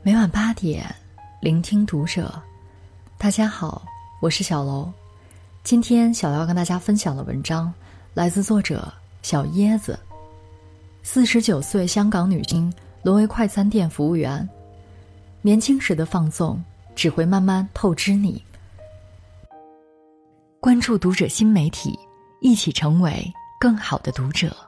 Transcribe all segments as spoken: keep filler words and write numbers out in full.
每晚八点，聆听读者。大家好，我是小楼。今天小楼要跟大家分享的文章来自作者小椰子。四十九岁香港女星沦为快餐店服务员，年轻时的放纵只会慢慢透支你。关注读者新媒体，一起成为更好的读者。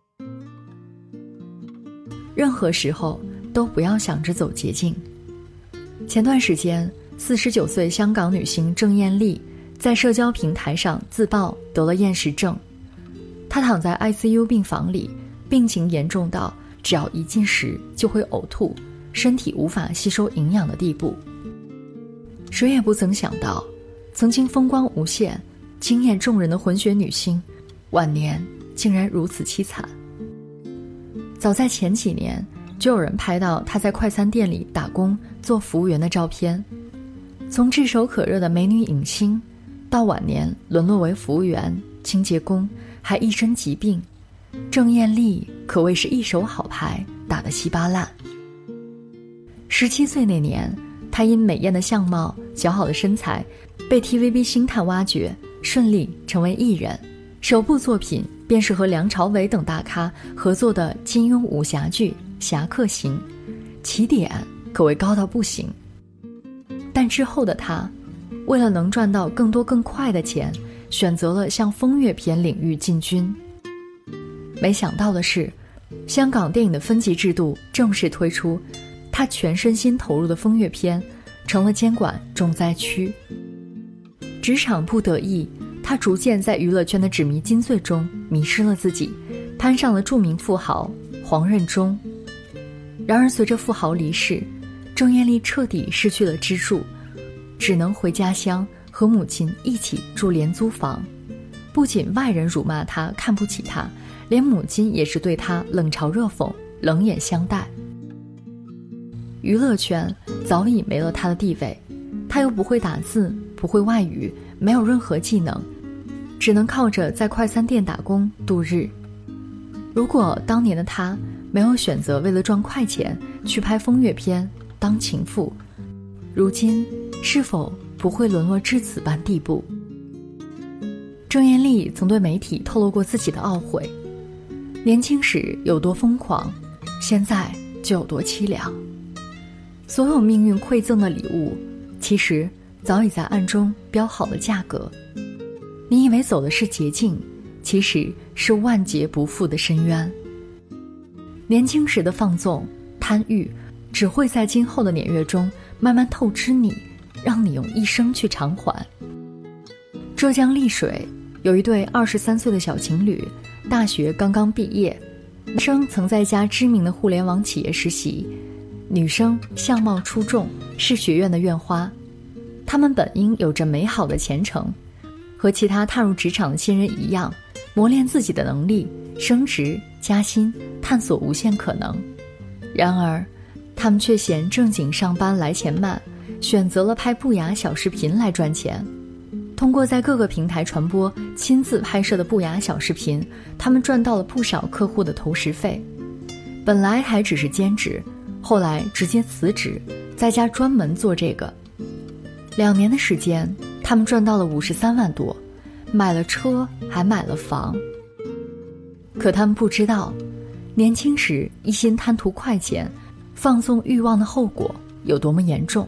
任何时候都不要想着走捷径。前段时间，四十九岁香港女星郑艳丽在社交平台上自曝得了厌食症。她躺在 I C U 病房里，病情严重到只要一进食就会呕吐，身体无法吸收营养的地步。谁也不曾想到，曾经风光无限、惊艳众人的混血女星，晚年竟然如此凄惨。早在前几年，就有人拍到她在快餐店里打工做服务员的照片。从炙手可热的美女影星，到晚年沦落为服务员、清洁工，还一身疾病，郑艳丽可谓是一手好牌打得稀巴烂。十七岁那年，她因美艳的相貌、姣好的身材，被 T V B 星探挖掘，顺利成为艺人。首部作品便是和梁朝伟等大咖合作的金庸武侠剧《侠客行》，起点可谓高到不行。但之后的他，为了能赚到更多更快的钱，选择了向风月片领域进军。没想到的是，香港电影的分级制度正式推出，他全身心投入的风月片成了监管重灾区。职场不得意，他逐渐在娱乐圈的纸迷金碎中迷失了自己，攀上了著名富豪黄任中。然而随着富豪离世，郑艳丽彻底失去了支柱，只能回家乡和母亲一起住廉租房。不仅外人辱骂她、看不起她，连母亲也是对她冷嘲热讽、冷眼相待。娱乐圈早已没了她的地位，她又不会打字，不会外语，没有任何技能，只能靠着在快餐店打工度日。如果当年的她没有选择为了赚快钱去拍风月片当情妇，如今是否不会沦落至此般地步？郑艳丽曾对媒体透露过自己的懊悔，年轻时有多疯狂，现在就有多凄凉。所有命运馈赠的礼物，其实早已在暗中标好了价格。你以为走的是捷径，其实是万劫不复的深渊。年轻时的放纵、贪欲，只会在今后的年月中慢慢透支你，让你用一生去偿还。浙江丽水有一对二十三岁的小情侣，大学刚刚毕业，男生曾在一家知名的互联网企业实习，女生相貌出众，是学院的院花。他们本应有着美好的前程，和其他踏入职场的新人一样，磨练自己的能力，升职加薪，探索无限可能。然而他们却嫌正经上班来钱慢，选择了拍不雅小视频来赚钱。通过在各个平台传播亲自拍摄的不雅小视频，他们赚到了不少客户的投食费。本来还只是兼职，后来直接辞职，在家专门做这个。两年的时间，他们赚到了五十三万多，买了车，还买了房。可他们不知道，年轻时一心贪图快钱、放纵欲望的后果有多么严重。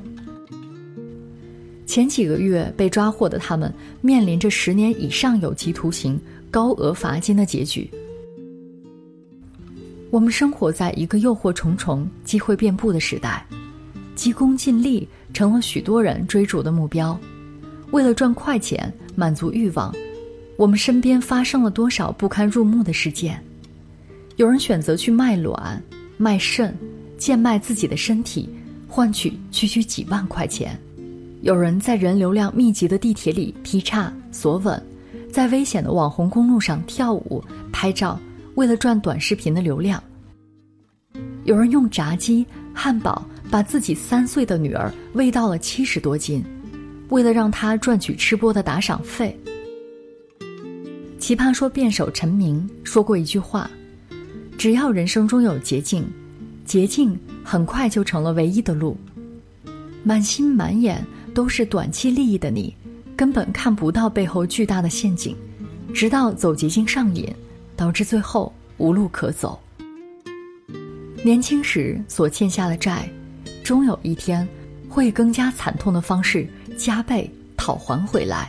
前几个月被抓获的他们，面临着十年以上有期徒刑、高额罚金的结局。我们生活在一个诱惑重重、机会遍布的时代，急功近利成了许多人追逐的目标。为了赚快钱、满足欲望，我们身边发生了多少不堪入目的事件？有人选择去卖卵、卖肾，贱卖自己的身体，换取区区几万块钱。有人在人流量密集的地铁里劈叉索吻，在危险的网红公路上跳舞拍照，为了赚短视频的流量。有人用炸鸡、汉堡把自己三岁的女儿喂到了七十多斤，为了让她赚取吃播的打赏费。奇葩说辩手陈明说过一句话：只要人生中有捷径， 捷径很快就成了唯一的路。满心满眼都是短期利益的你，根本看不到背后巨大的陷阱，直到走捷径上瘾，导致最后无路可走。年轻时所欠下的债，终有一天会以更加惨痛的方式加倍讨还回来。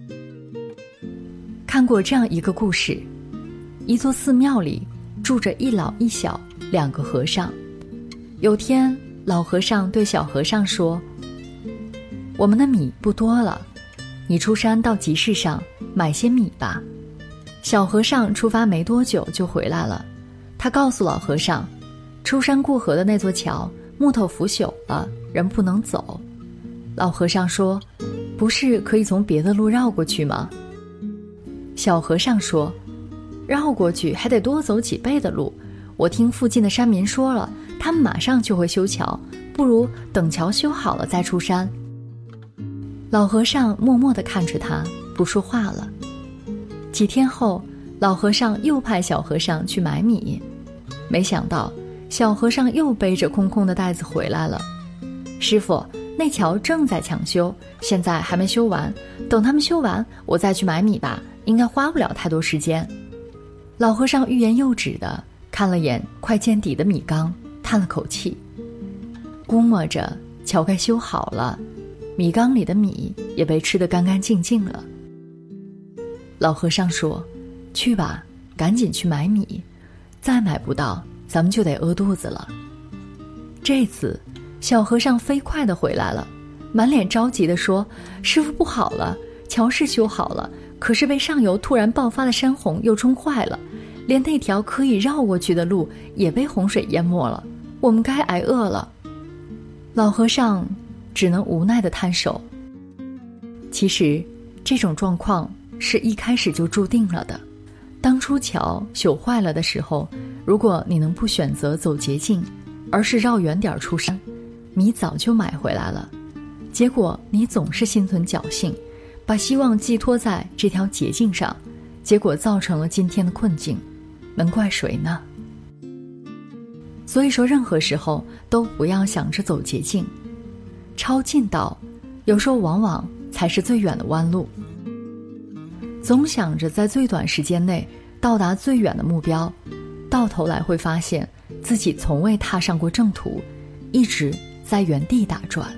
看过这样一个故事，一座寺庙里住着一老一小两个和尚。有天，老和尚对小和尚说：我们的米不多了，你出山到集市上买些米吧。小和尚出发没多久就回来了，他告诉老和尚，出山过河的那座桥木头腐朽了，人不能走。老和尚说：不是可以从别的路绕过去吗？小和尚说：绕过去还得多走几倍的路，我听附近的山民说了，他们马上就会修桥，不如等桥修好了再出山。老和尚默默地看着他，不说话了。几天后，老和尚又派小和尚去买米，没想到小和尚又背着空空的袋子回来了。师傅，那桥正在抢修，现在还没修完，等他们修完我再去买米吧，应该花不了太多时间。老和尚欲言又止的看了眼快见底的米缸，叹了口气，估摸着桥该修好了，米缸里的米也被吃得干干净净了。老和尚说：去吧，赶紧去买米，再买不到咱们就得饿肚子了。这次小和尚飞快地回来了，满脸着急地说：师傅，不好了，桥是修好了，可是被上游突然爆发的山洪又冲坏了，连那条可以绕过去的路也被洪水淹没了，我们该挨饿了。老和尚只能无奈地摊手。其实这种状况是一开始就注定了的。当初桥朽坏了的时候，如果你能不选择走捷径，而是绕远点出山，米早就买回来了。结果你总是心存侥幸，把希望寄托在这条捷径上，结果造成了今天的困境，能怪谁呢？所以说，任何时候都不要想着走捷径，抄近道有时候往往才是最远的弯路。总想着在最短时间内到达最远的目标，到头来会发现自己从未踏上过正途，一直在原地打转。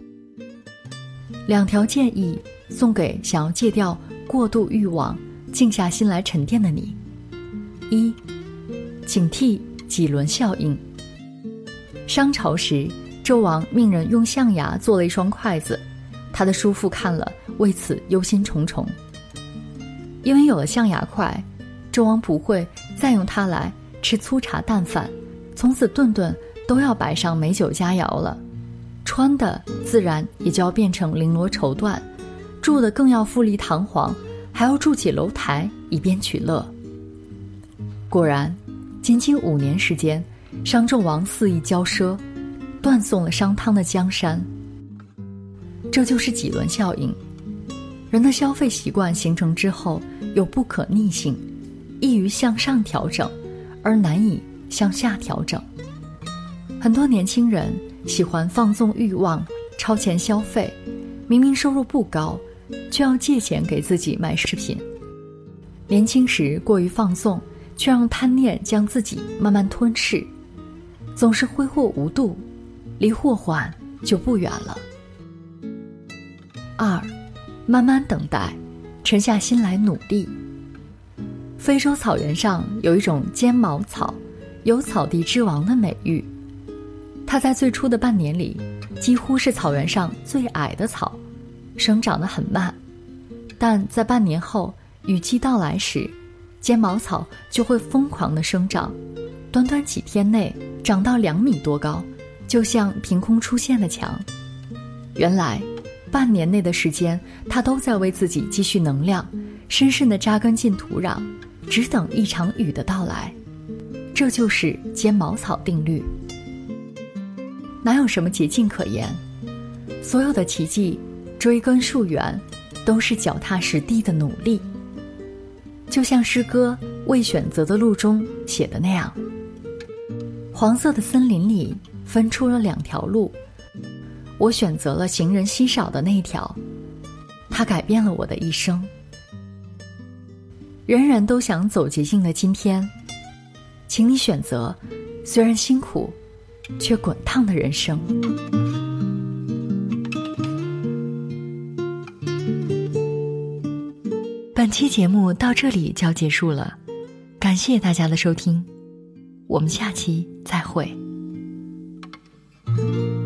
两条建议送给想要戒掉过度欲望、静下心来沉淀的你。一、警惕几轮效应。商朝时，纣王命人用象牙做了一双筷子，他的叔父看了，为此忧心忡忡。因为有了象牙筷，纣王不会再用它来吃粗茶淡饭，从此顿顿都要摆上美酒佳肴了，穿的自然也就要变成绫罗绸缎，住的更要富丽堂皇，还要筑起楼台以便取乐。果然，仅仅五年时间，商纣王肆意骄奢，断送了商汤的江山。这就是几轮效应。人的消费习惯形成之后有不可逆性，易于向上调整，而难以向下调整。很多年轻人喜欢放纵欲望，超前消费，明明收入不高，却要借钱给自己买饰品。年轻时过于放纵，却让贪念将自己慢慢吞噬，总是挥霍无度，离祸患就不远了。二、慢慢等待，沉下心来努力。非洲草原上有一种尖毛草，有草地之王的美誉。它在最初的半年里，几乎是草原上最矮的草，生长得很慢。但在半年后，雨季到来时，尖毛草就会疯狂地生长，短短几天内长到两米多高，就像凭空出现的墙。原来半年内的时间，它都在为自己积蓄能量，深深地扎根进土壤，只等一场雨的到来。这就是尖毛草定律。哪有什么捷径可言？所有的奇迹追根溯源，都是脚踏实地的努力。就像诗歌《未选择的路》中写的那样： 黄色的森林里分出了两条路，我选择了行人稀少的那条，它改变了我的一生。人人都想走捷径的今天，请你选择虽然辛苦却滚烫的人生。本期节目到这里就要结束了，感谢大家的收听，我们下期再会。